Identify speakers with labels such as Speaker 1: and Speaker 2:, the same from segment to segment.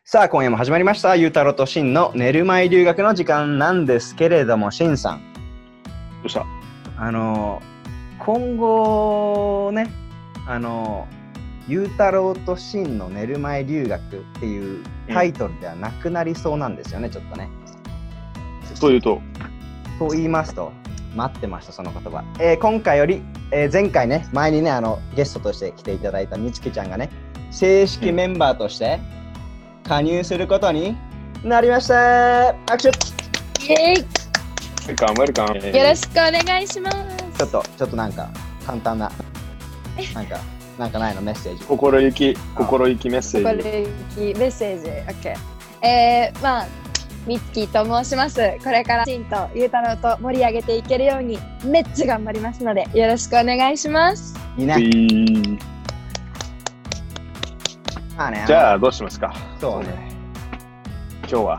Speaker 1: さあ今夜も始まりました。ゆうたろうとしんの寝る前留学の時間なんですけれども、しんさん、
Speaker 2: どうした？
Speaker 1: 今後ね、ゆうたろうとしんの寝る前留学っていうタイトルではなくなりそうなんですよね、ちょっとね。
Speaker 2: というと
Speaker 1: 言いますと、待ってましたその言葉。今回より、前回ね、前にねゲストとして来ていただいたみつきちゃんがね、正式メンバーとして加入することになりました。握手。
Speaker 3: イエーイ。
Speaker 2: ウェルカム。
Speaker 3: よろしくお願いします。
Speaker 1: ちょっとなんか簡単ななんかないのメッセージ。
Speaker 2: 心意気メッセージ。
Speaker 3: 心意気メッセージ。OK。みつきと申します。これからしんとゆうたろうと盛り上げていけるようにめっちゃ頑張りますのでよろしくお願いします。
Speaker 1: いいね。
Speaker 2: じゃあどうしますか。
Speaker 1: そうね。
Speaker 2: 今日は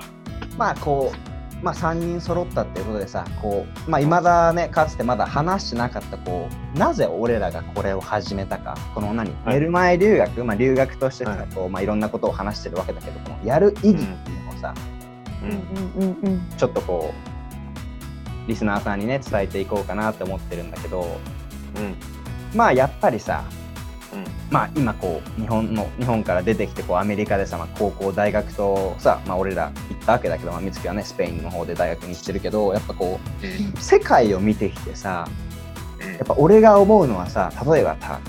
Speaker 1: 3人揃ったっていうことでさ、未だね、かつてまだ話してなかったなぜ俺らがこれを始めたか、寝る前留学、留学としてさ、いろんなことを話してるわけだけど、やる意義っていうのをさ、ちょっとリスナーさんにね伝えていこうかなって思ってるんだけど、やっぱりさ、今日本から出てきてアメリカでさ、高校大学とさ、俺ら行ったわけだけど、みつきはねスペインの方で大学に行ってるけど、やっぱ世界を見てきてさ、やっぱ俺が思うのはさ、例えばさ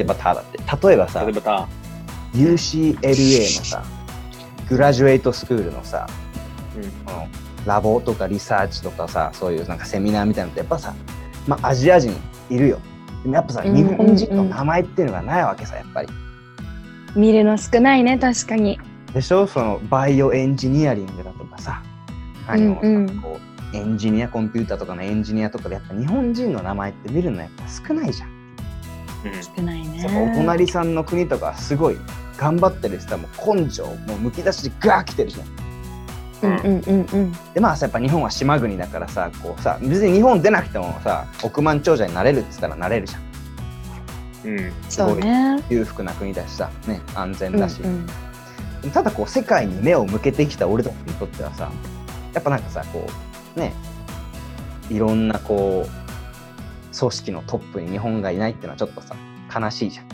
Speaker 1: UCLA のさグラジュエイトスクールのさ、ラボとかリサーチとかさ、そういうなんかセミナーみたいなのってやっぱさ、アジア人いるよ。でもやっぱさ、日本人の名前っていうのがないわけさ、やっぱり。
Speaker 3: 見るの少ないね、確かに。
Speaker 1: でしょ？そのバイオエンジニアリングだとかさ、エンジニア、コンピューターとかのエンジニアとかでやっぱ日本人の名前って見るのやっぱ少ないじゃん。
Speaker 3: 少ないね。
Speaker 1: お隣さんの国とかすごい頑張ってる人はもう根性、もうむき出しでガー来てるじゃん。でやっぱ日本は島国だからさ、別に日本出なくてもさ、億万長者になれるって言ったらなれるじゃん。すごい裕福な国だしさ、ね、安全だし、ただ世界に目を向けてきた俺たちにとってはさ、やっぱなんかさいろんな組織のトップに日本がいないっていうのはちょっとさ悲しいじゃん。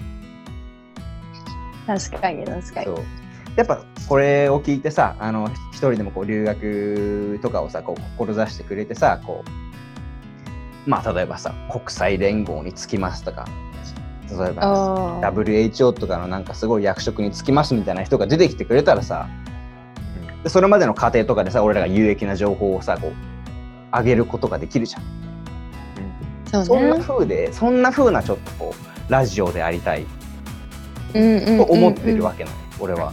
Speaker 3: 確かに。
Speaker 1: そうやっぱこれを聞いてさ、一人でも留学とかをさ志してくれてさ、例えばさ国際連合に就きますとか、例えば WHO とかのなんかすごい役職に就きますみたいな人が出てきてくれたらさ、でそれまでの過程とかでさ、俺らが有益な情報をさ上げることができるじゃん。そんな風なちょっとラジオでありたいと思ってるわけなのよ、俺は。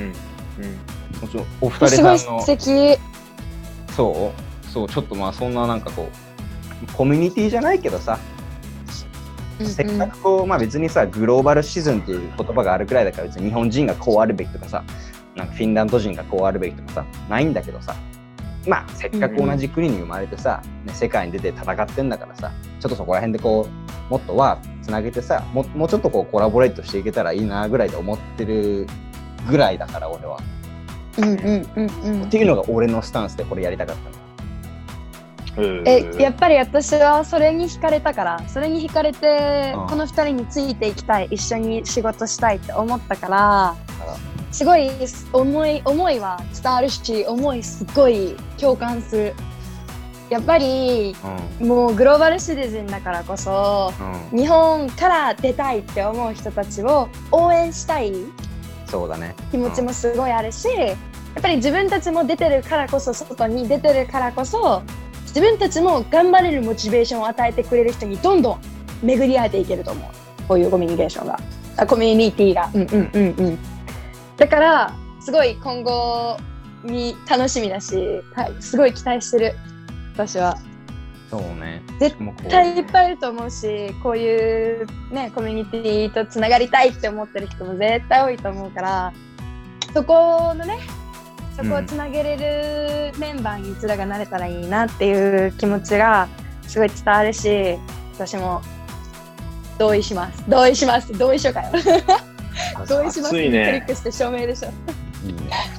Speaker 1: お二人さんの
Speaker 3: すごい素敵。
Speaker 1: そうちょっとそんななんかコミュニティじゃないけどさ、せっかく別にさグローバルシズンっていう言葉があるくらいだから、別に日本人がこうあるべきとかさ、なんかフィンランド人がこうあるべきとかさないんだけどさ、せっかく同じ国に生まれてさ、世界に出て戦ってんだからさ、ちょっとそこら辺でもっとつなげてさ、もうちょっとコラボレートしていけたらいいなぐらいで思ってるぐらいだから、俺は。っていうのが俺のスタンスでこれやりたかったの。
Speaker 3: やっぱり私はそれに惹かれたから、それに惹かれて、この2人についていきたい、一緒に仕事したいって思ったから、すごい思いは伝わるし、思いすごい共感する。やっぱり、もうグローバルシティズンだからこそ、日本から出たいって思う人たちを応援したい気持ちもすごいあるし、やっぱり自分たちも出てるからこそ、外に出てるからこそ、自分たちも頑張れるモチベーションを与えてくれる人にどんどん巡り合えていけると思う。こういうコミュニケーションが、コミュニティが。だからすごい今後に楽しみだし、すごい期待してる。私は
Speaker 1: そうね、
Speaker 3: 絶対いっぱいいると思うし、こういうねコミュニティとつながりたいって思ってる人も絶対多いと思うから、そこをつなげれるメンバーにうちらがなれたらいいなっていう気持ちがすごい伝わるし、私も同意しようかよ同意しますってクリックして証明でしょ。
Speaker 1: いいね。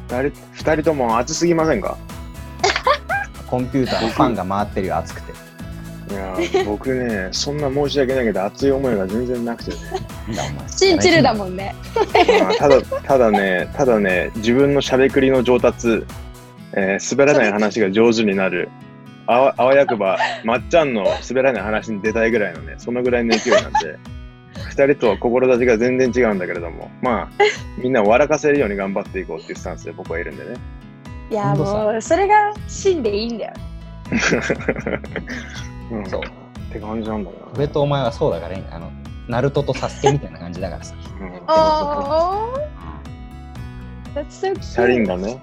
Speaker 2: 二人とも熱すぎませんか？
Speaker 1: コンピューターのファンが回ってるよ、熱くて。
Speaker 2: いや僕ね、そんな申し訳ないけど熱い思いが全然なくてね。
Speaker 3: チンチルだもんね。
Speaker 2: ただね、自分のしゃべくりの上達、滑らない話が上手になる。あわやくば、まっちゃんの滑らない話に出たいぐらいのね、そのぐらいの勢いなんで、二人とは志が全然違うんだけれども、まあ、みんなを笑かせるように頑張っていこうっていうスタンスで僕はいるんでね。
Speaker 3: いや、もう、それが真でいいんだよ。
Speaker 2: うん、そう。って感じなんだよな。
Speaker 1: 俺とお前はそうだからね、ナルトとサスケみたいな感じだからさ。
Speaker 3: That's so cute.
Speaker 2: チャリンがね。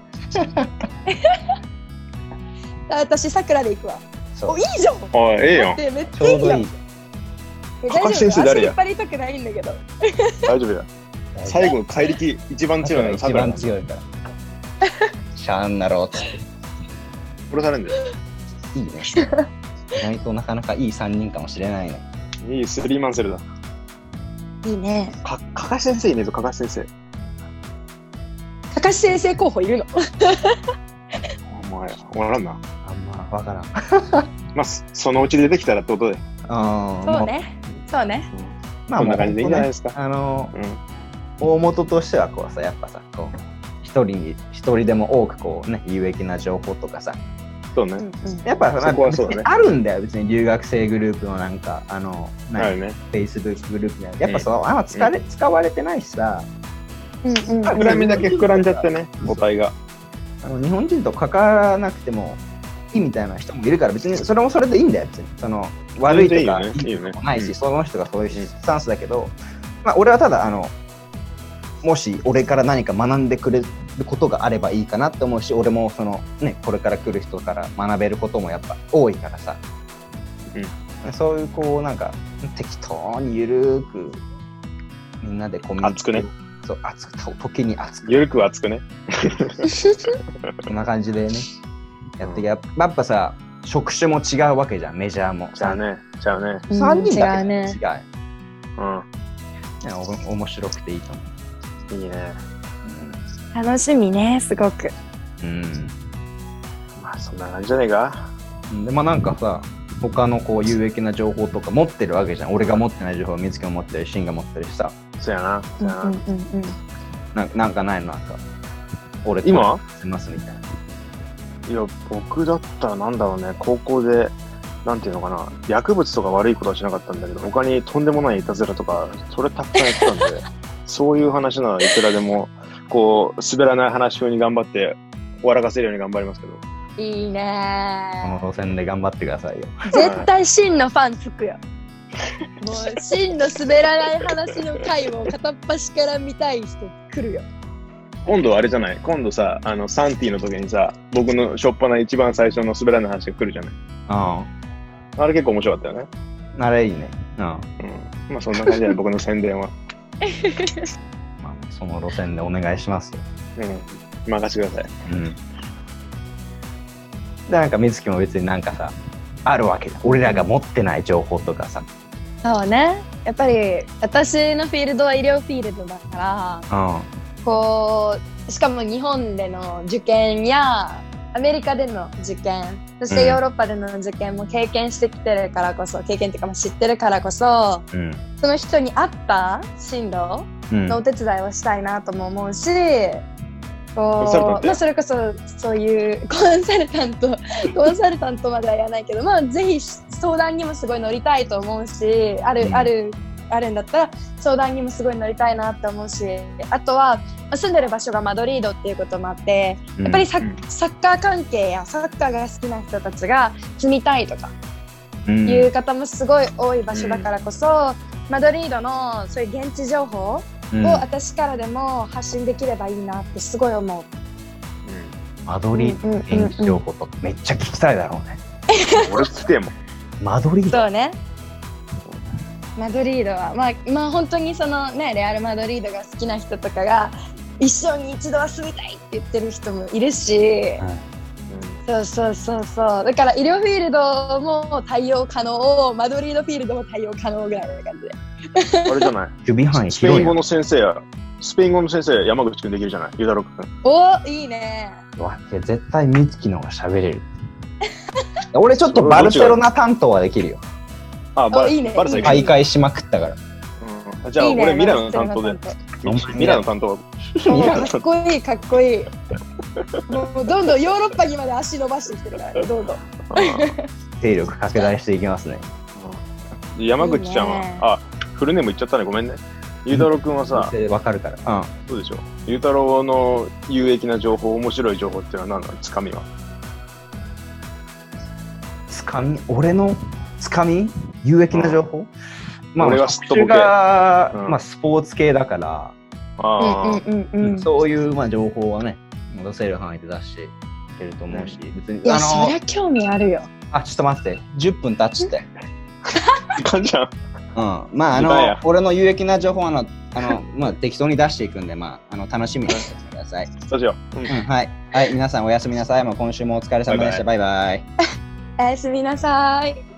Speaker 3: 私、桜で行くわ。お、いいじゃん。
Speaker 2: あ、ええよ。
Speaker 3: めっちゃいいじゃん。
Speaker 2: かかし先生誰や？
Speaker 3: 足引っ張りたくないんだけど。
Speaker 2: 大丈夫だ。最後の怪力一番強いの
Speaker 1: 一番強いから。シャーンなろうって。
Speaker 2: 殺されんだよ。
Speaker 1: いいね。意外となかなかいい3人かもしれないね。
Speaker 2: いいスリーマンセルだ。
Speaker 3: いいね。
Speaker 2: かかし先生いねえぞ、かかし先生。
Speaker 3: かかし先生候補いるの？
Speaker 2: お前、わからんな。
Speaker 1: あんまわからん。
Speaker 2: まあ、そのうち出てきたらってことで。
Speaker 3: そうね。そうね。
Speaker 2: まあ、こんな感じでいいんじゃないですか。
Speaker 1: 大元としてはこうさ、やっぱさ、こう一人でも多くこうね、有益な情報とかさ。
Speaker 2: そうね。
Speaker 1: やっぱさ、あるんだよ、別に留学生グループのなんか、Facebook グループで。やっぱそう、あんま使われてないしさ。
Speaker 2: 膨らみだけ膨らんじゃってね、母体が。
Speaker 1: 日本人と関わらなくてもいいみたいな人もいるから、別にそれもそれでいいんだよ、別に。その悪いとかいいこともないし、その人がそういうスタンスだけど、まあ俺はただもし俺から何か学んでくれることがあればいいかなって思うし、俺もそのね、これから来る人から学べることもやっぱ多いからさ、そういうこうなんか適当にゆるーくみんなでコミュニケーション、熱くね。そう、熱く、時に熱く。
Speaker 2: ゆるく熱くね。
Speaker 1: こんな感じでね、やってやっぱさ、職種も違うわけじゃん、メジャーも。
Speaker 2: じゃあね。
Speaker 1: 3人だけで違う。面白くていいと思
Speaker 2: う。いいね。
Speaker 3: 楽しみね、すごく。
Speaker 2: まあ、そんな感じじゃねえか。
Speaker 1: でもなんかさ、他のこう有益な情報とか持ってるわけじゃん。俺が持ってない情報は水木も持ってるし、シンが持ってるしさ。
Speaker 2: そうやな。
Speaker 1: なんかないの、なんか。俺
Speaker 2: 今
Speaker 1: すますみたいな。
Speaker 2: いや、僕だったらなんだろうね、高校で、なんていうのかな、薬物とか悪いことはしなかったんだけど、他にとんでもないいたずらとか、それたくさんやってたんで、そういう話ならいくらでも、こう、滑らない話風に頑張って、笑かせるように頑張りますけど。
Speaker 3: いいね
Speaker 1: ー。この路線で頑張ってくださいよ。
Speaker 3: 絶対シンのファンつくよ。もうシンの滑らない話の回を片っ端から見たい人来るよ。
Speaker 2: 今度あれじゃない？今度さ、サンティの時にさ、僕のしょっぱな一番最初の滑らない話が来るじゃない？あれ結構面白かったよね。
Speaker 1: あれいいね。
Speaker 2: まあそんな感じだね、僕の宣伝は。
Speaker 1: まあ、その路線でお願いしますよ。
Speaker 2: 任せてください。
Speaker 1: で、なんか水木も別になんかさ、あるわけだ。俺らが持ってない情報とかさ。
Speaker 3: そうね。やっぱり私のフィールドは医療フィールドだから、こうしかも日本での受験やアメリカでの受験、そしてヨーロッパでの受験も経験してきてるからこそ、経験っていうか知ってるからこそ、その人に合った進路のお手伝いをしたいなとも思うし、こうそれこそそういうコンサルタントまではやらないけど、ぜひ相談にもすごい乗りたいと思うし、あるんだったら相談にもすごい乗りたいなって思うし、あとは住んでる場所がマドリードっていうこともあって、やっぱりサッカー関係やサッカーが好きな人たちが住みたいとかいう方もすごい多い場所だからこそ、マドリードのそういう現地情報を私からでも発信できればいいなってすごい思う。
Speaker 1: マドリードの現地情報とかめっちゃ聞きたいだろうね。
Speaker 2: 俺聞ても
Speaker 1: マドリード。
Speaker 3: そうね。マドリードはまあ本当にそのね、レアル・マドリードが好きな人とかが一生に一度は住みたいって言ってる人もいるし、そうだから医療フィールドも対応可能、マドリードフィールドも対応可能ぐらいな感じで。
Speaker 2: あれじゃない？
Speaker 1: 守備範囲広い。
Speaker 2: スペイン語の先生やスペイン語の先生、山口くんできるじゃない、ゆうたろうくん。
Speaker 3: お、いいね。
Speaker 1: うわ絶対美月の方が喋れる。俺ちょっとバルセロナ担当はできるよ。
Speaker 3: いいね。
Speaker 2: バルセ
Speaker 1: 大会しまくったから。
Speaker 2: じゃあ、俺ミラノの担当で。ミラノ担当。
Speaker 3: かっこいい、かっこいい。もうどんどんヨーロッパにまで足伸ばしてきてるから、どんどん。
Speaker 1: 勢力拡大していきますね。
Speaker 2: 山口ちゃんは、フルネーム言っちゃったね、ごめんね。ゆうたろうくんはさ、
Speaker 1: わかるから。
Speaker 2: そうでしょ。ゆうたろうの有益な情報、面白い情報っていうのは何なの？つかみは。
Speaker 1: つかみ？俺のつかみ？有益な情報？
Speaker 2: 俺はすっとぼけ。
Speaker 1: まあスポーツ系だから、そういう情報はね、出せる範囲で出していけると思うし、別に。
Speaker 3: いや、そりゃ興味あるよ。
Speaker 1: ちょっと待って、10分経ちって。
Speaker 2: かんちゃん。
Speaker 1: まあ俺の有益な情報はまあ適当に出していくんで、まあ楽しみにしてください。
Speaker 2: そうしよう。
Speaker 1: はい、皆さんおやすみなさい。今週もお疲れ様でした。バイバイ。
Speaker 3: おやすみなさい。